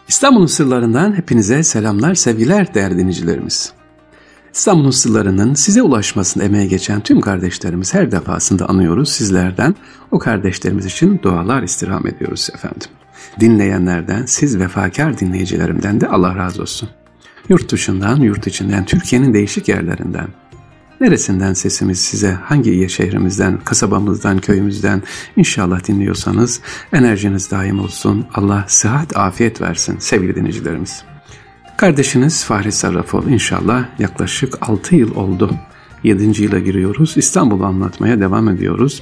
İstanbul'un sırlarından hepinize selamlar, sevgiler değerli dinleyicilerimiz. İstanbul'un sırlarının size ulaşmasına emeğe geçen tüm kardeşlerimiz her defasında anıyoruz sizlerden. O kardeşlerimiz için dualar istirham ediyoruz efendim. Dinleyenlerden, siz vefakar dinleyicilerimden de Allah razı olsun. Yurt dışından, yurt içinden, Türkiye'nin değişik yerlerinden. Neresinden sesimiz size, hangi şehrimizden, kasabamızdan, köyümüzden inşallah dinliyorsanız enerjiniz daim olsun. Allah sıhhat, afiyet versin sevgili dinleyicilerimiz. Kardeşiniz Fahri Sarrafoğlu inşallah yaklaşık 6 yıl oldu. 7. yıla giriyoruz. İstanbul'u anlatmaya devam ediyoruz.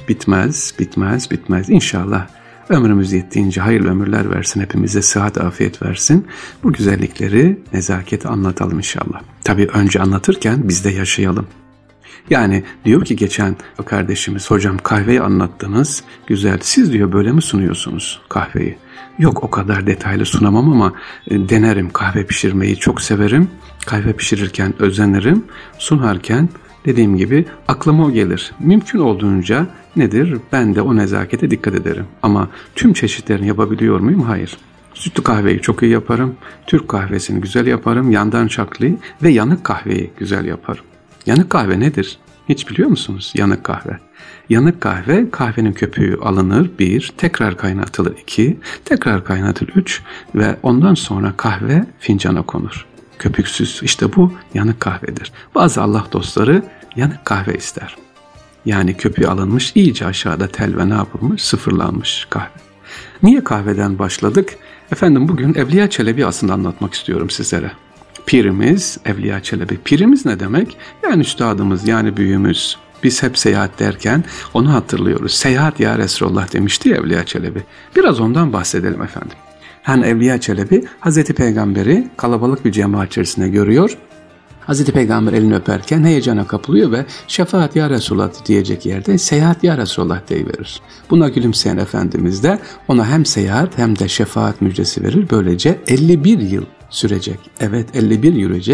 Bitmez. İnşallah ömrümüz yettiğince hayırlı ömürler versin. Hepimize sıhhat, afiyet versin. Bu güzellikleri, nezaketi anlatalım inşallah. Tabii önce anlatırken biz de yaşayalım. Yani diyor ki geçen o kardeşimiz, hocam kahveyi anlattınız, güzel. Siz diyor böyle mi sunuyorsunuz kahveyi? Yok, o kadar detaylı sunamam ama denerim. Kahve pişirmeyi çok severim. Kahve pişirirken özenirim. Sunarken dediğim gibi aklıma o gelir. Mümkün olduğunca nedir? Ben de o nezakete dikkat ederim. Ama tüm çeşitlerini yapabiliyor muyum? Hayır. Sütlü kahveyi çok iyi yaparım. Türk kahvesini güzel yaparım. Yandan çaklıyı ve yanık kahveyi güzel yaparım. Yanık kahve nedir? Hiç biliyor musunuz yanık kahve? Yanık kahve, kahvenin köpüğü alınır 1, tekrar kaynatılır 2, tekrar kaynatılır 3 ve ondan sonra kahve fincana konur. Köpüksüz, işte bu yanık kahvedir. Bazı Allah dostları yanık kahve ister. Yani köpüğü alınmış, iyice aşağıda tel ve ne yapılmış? Sıfırlanmış kahve. Niye kahveden başladık? Efendim bugün Evliya Çelebi aslında anlatmak istiyorum sizlere. Pirimiz Evliya Çelebi. Pirimiz ne demek? Yani üstadımız, yani büyüğümüz. Biz hep seyahat derken onu hatırlıyoruz. Seyahat ya Resulullah demişti ya Evliya Çelebi. Biraz ondan bahsedelim efendim. Hani Evliya Çelebi Hazreti Peygamber'i kalabalık bir cemaat içerisinde görüyor. Hazreti Peygamber elini öperken heyecana kapılıyor ve şefaat ya Resulullah diyecek yerde seyahat ya Resulullah deyiverir. Buna gülümseyen Efendimiz de ona hem seyahat hem de şefaat müjdesi verir. Böylece 51 yıl sürecek. Evet 51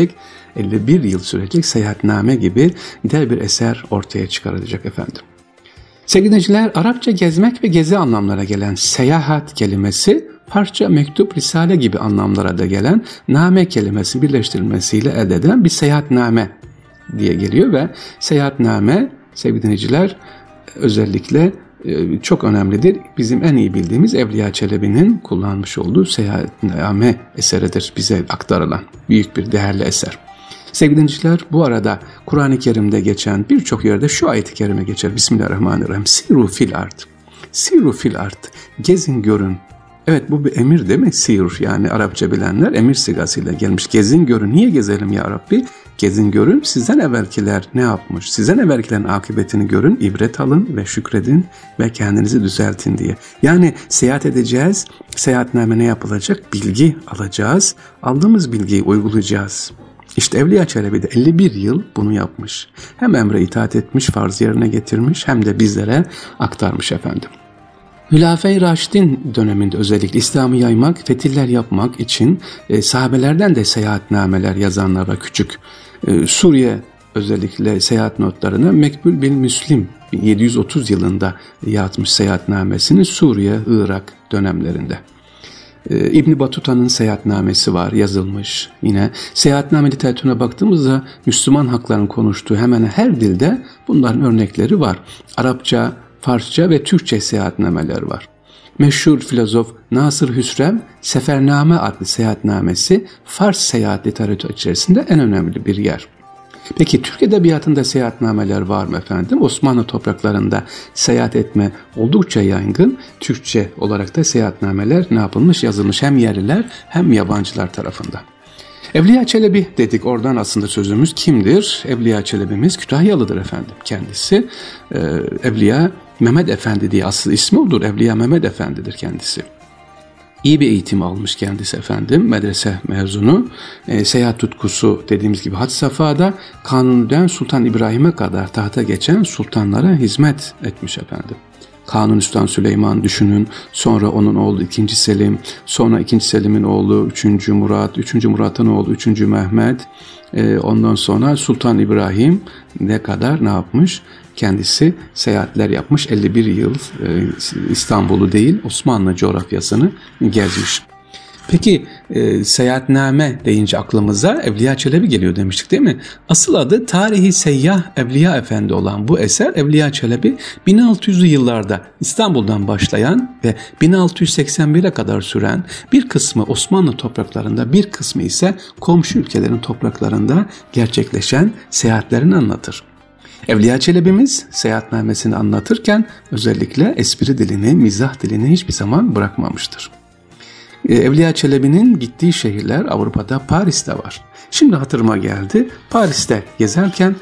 yıl sürecek seyahatname gibi güzel bir eser ortaya çıkarılacak efendim. Sevgili dinleyiciler, Arapça gezmek ve gezi anlamlara gelen seyahat kelimesi parça, mektup, risale gibi anlamlara da gelen name kelimesi birleştirilmesiyle elde edilen bir seyahatname diye geliyor ve seyahatname sevgili dinleyiciler özellikle çok önemlidir. Bizim en iyi bildiğimiz Evliya Çelebi'nin kullanmış olduğu seyahatname eseridir bize aktarılan büyük bir değerli eser. Sevgili dinleyiciler, bu arada Kur'an-ı Kerim'de geçen birçok yerde şu ayet-i kerime geçer. Bismillahirrahmanirrahim. Siru fil ard. Siru fil ard. Gezin görün. Evet, bu bir emir değil mi? Sir, yani Arapça bilenler emir sigasıyla gelmiş. Gezin görün. Niye gezelim ya Rabbi? Gezin görün. Sizden evvelkiler ne yapmış? Sizden evvelkilerin akıbetini görün, ibret alın ve şükredin ve kendinizi düzeltin diye. Yani seyahat edeceğiz. Seyahatname ne yapılacak? Bilgi alacağız. Aldığımız bilgiyi uygulayacağız. İşte Evliya Çelebi de 51 yıl bunu yapmış. Hem emre itaat etmiş, farz yerine getirmiş hem de bizlere aktarmış efendim. Hülafe-i Raşidin döneminde özellikle İslam'ı yaymak, fetihler yapmak için sahabelerden de seyahatnameler yazanlar var küçük. Suriye özellikle seyahat notlarını Mekbul bin Müslim 730 yılında yazmış seyahatnamesini Suriye, Irak dönemlerinde. İbn Batuta'nın seyahatnamesi var yazılmış. Yine seyahatname literatürüne baktığımızda Müslüman haklarının konuştuğu hemen her dilde bunların örnekleri var. Arapça, Farsça ve Türkçe seyahatnameler var. Meşhur filozof Nasır Hüsrev Sefername adlı seyahatnamesi Fars seyahat literatürü içerisinde en önemli bir yer. Peki Türk edebiyatında seyahatnameler var mı efendim? Osmanlı topraklarında seyahat etme oldukça yaygın. Türkçe olarak da seyahatnameler ne yapılmış, yazılmış hem yerliler hem yabancılar tarafından. Evliya Çelebi dedik, oradan aslında sözümüz kimdir? Evliya Çelebi'miz Kütahyalıdır efendim kendisi. Evliya Mehmet Efendi diye asıl ismi odur. Evliya Mehmet Efendi'dir kendisi. İyi bir eğitim almış kendisi efendim. Medrese mezunu. Seyahat tutkusu dediğimiz gibi had safhada Kanuni'den Sultan İbrahim'e kadar tahta geçen sultanlara hizmet etmiş efendim. Kanuni Sultan Süleyman düşünün, sonra onun oğlu 2. Selim, sonra 2. Selim'in oğlu 3. Murat, 3. Murat'ın oğlu 3. Mehmet, ondan sonra Sultan İbrahim ne kadar ne yapmış? Kendisi seyahatler yapmış, 51 yıl İstanbul'u değil Osmanlı coğrafyasını gezmiş. Peki seyahatname deyince aklımıza Evliya Çelebi geliyor demiştik değil mi? Asıl adı Tarihi Seyyah Evliya Efendi olan bu eser Evliya Çelebi 1600'lü yıllarda İstanbul'dan başlayan ve 1681'e kadar süren, bir kısmı Osmanlı topraklarında, bir kısmı ise komşu ülkelerin topraklarında gerçekleşen seyahatlerini anlatır. Evliya Çelebi'miz seyahatnamesini anlatırken özellikle espri dilini, mizah dilini hiçbir zaman bırakmamıştır. Evliya Çelebi'nin gittiği şehirler Avrupa'da, Paris'te var. Şimdi hatırıma geldi. Paris'te gezerken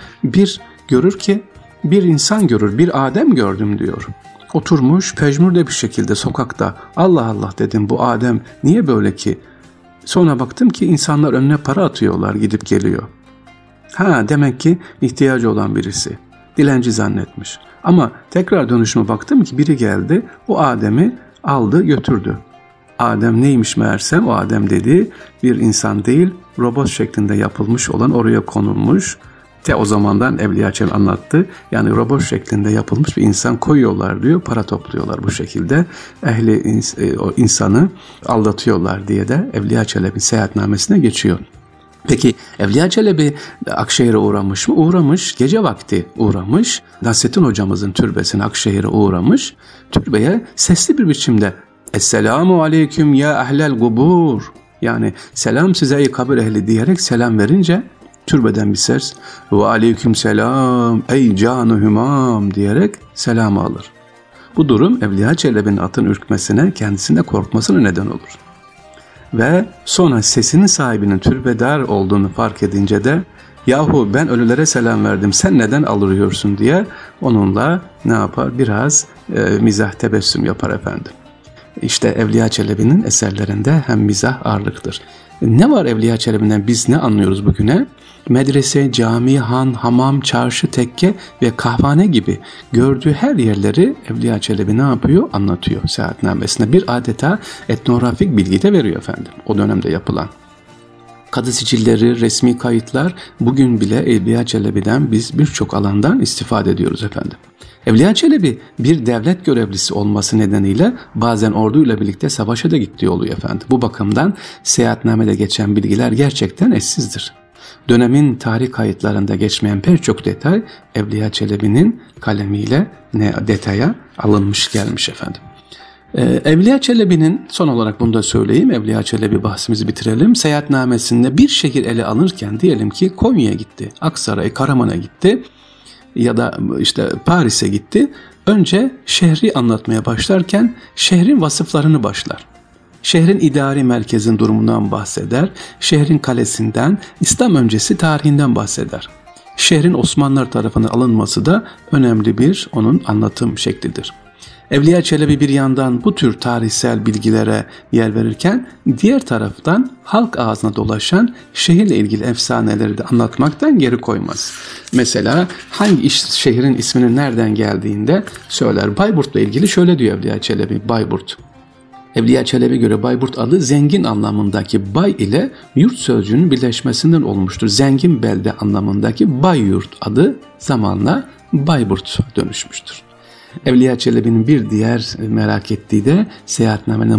bir insan görür, bir Adem gördüm diyor. Oturmuş pejmürde bir şekilde sokakta. Allah Allah dedim, bu Adem niye böyle ki? Sonra baktım ki insanlar önüne para atıyorlar, gidip geliyor. Demek ki ihtiyacı olan birisi. Dilenci zannetmiş. Ama tekrar dönüşüme baktım ki biri geldi, o Adem'i aldı götürdü. Adem neymiş meğersem, o Adem dediği bir insan değil, robot şeklinde yapılmış olan, oraya konulmuş. O zamandan Evliya Çelebi anlattı. Yani robot şeklinde yapılmış bir insan koyuyorlar diyor, para topluyorlar bu şekilde. O insanı aldatıyorlar diye de Evliya Çelebi seyahatnamesine geçiyor. Peki Evliya Çelebi Akşehir'e uğramış mı? Uğramış. Gece vakti uğramış. Nasrettin hocamızın türbesine Akşehir'e uğramış. Türbeye sesli bir biçimde Esselamu aleyküm ya ehlel kubur, yani selam size ey kabir ehli diyerek selam verince türbeden bir ses ve aleyküm selam ey canı hümam diyerek selamı alır. Bu durum Evliya Çelebi'nin atın ürkmesine, kendisinde korkmasına neden olur. Ve sonra sesinin sahibinin türbedar olduğunu fark edince de yahu ben ölülere selam verdim, sen neden alırıyorsun diye onunla ne yapar? Biraz mizah, tebessüm yapar efendim. İşte Evliya Çelebi'nin eserlerinde hem mizah ağırlıktır. Ne var Evliya Çelebi'nden, biz ne anlıyoruz bugüne? Medrese, cami, han, hamam, çarşı, tekke ve kahvehane gibi gördüğü her yerleri Evliya Çelebi ne yapıyor? Anlatıyor seyahatnamesinde. Bir adeta etnografik bilgi de veriyor efendim o dönemde yapılan. Kadı sicilleri, resmi kayıtlar, bugün bile Evliya Çelebi'den biz birçok alandan istifade ediyoruz efendim. Evliya Çelebi bir devlet görevlisi olması nedeniyle bazen orduyla birlikte savaşa da gittiği oluyor efendim. Bu bakımdan seyahatnamede geçen bilgiler gerçekten eşsizdir. Dönemin tarih kayıtlarında geçmeyen pek çok detay Evliya Çelebi'nin kalemiyle detaya alınmış gelmiş efendim. Evliya Çelebi'nin, son olarak bunu da söyleyeyim, Evliya Çelebi bahsimizi bitirelim. Seyahatnamesinde bir şehir ele alırken diyelim ki Konya'ya gitti, Aksaray, Karaman'a gitti ya da işte Paris'e gitti. Önce şehri anlatmaya başlarken şehrin vasıflarını başlar. Şehrin idari merkezin durumundan bahseder, şehrin kalesinden, İslam öncesi tarihinden bahseder. Şehrin Osmanlılar tarafından alınması da önemli bir onun anlatım şeklidir. Evliya Çelebi bir yandan bu tür tarihsel bilgilere yer verirken diğer taraftan halk ağzına dolaşan şehirle ilgili efsaneleri de anlatmaktan geri koymaz. Mesela hangi şehrin isminin nereden geldiğinde söyler. Bayburt'la ilgili şöyle diyor Evliya Çelebi, Bayburt. Evliya Çelebi göre Bayburt adı zengin anlamındaki bay ile yurt sözcüğünün birleşmesinden olmuştur. Zengin belde anlamındaki Bayyurt adı zamanla Bayburt dönüşmüştür. Evliya Çelebi'nin bir diğer merak ettiği de seyahatnamede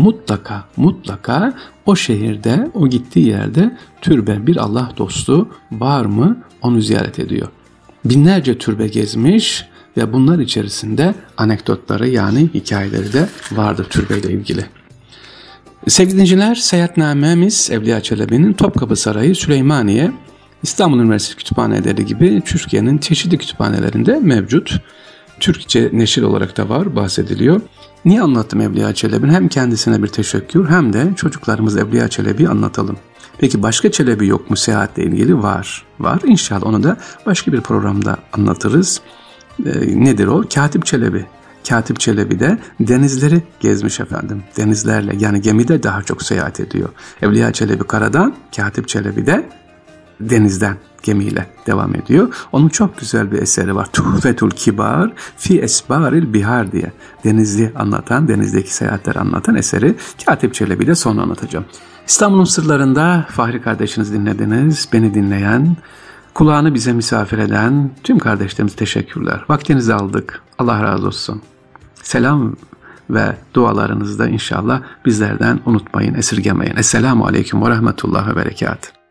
mutlaka o şehirde, o gittiği yerde türbe, bir Allah dostu var mı onu ziyaret ediyor. Binlerce türbe gezmiş ve bunlar içerisinde anekdotları, yani hikayeleri de vardır türbeyle ilgili. Sevgili dinleyiciler, seyahatnamemiz Evliya Çelebi'nin Topkapı Sarayı, Süleymaniye, İstanbul Üniversitesi kütüphaneleri gibi Türkiye'nin çeşitli kütüphanelerinde mevcut. Türkçe neşir olarak da var, bahsediliyor. Niye anlattım Evliya Çelebi'nin? Hem kendisine bir teşekkür hem de çocuklarımız Evliya Çelebi'yi anlatalım. Peki başka Çelebi yok mu seyahatle ilgili? Var. İnşallah onu da başka bir programda anlatırız. Nedir o? Katip Çelebi. Katip Çelebi de denizleri gezmiş efendim. Denizlerle, yani gemide daha çok seyahat ediyor. Evliya Çelebi karadan, Katip Çelebi de denizden, gemiyle devam ediyor. Onun çok güzel bir eseri var. Tuhfetul Kibar fi Esbaril Bihar diye. Denizli anlatan, denizdeki seyahatleri anlatan eseri Katip Çelebi'de sonra anlatacağım. İstanbul'un sırlarında Fahri kardeşiniz dinlediniz. Beni dinleyen, kulağını bize misafir eden tüm kardeşlerimize teşekkürler. Vaktinizi aldık. Allah razı olsun. Selam ve dualarınızı da inşallah bizlerden unutmayın, esirgemeyin. Esselamu Aleyküm ve Rahmetullah ve Berekatuhu.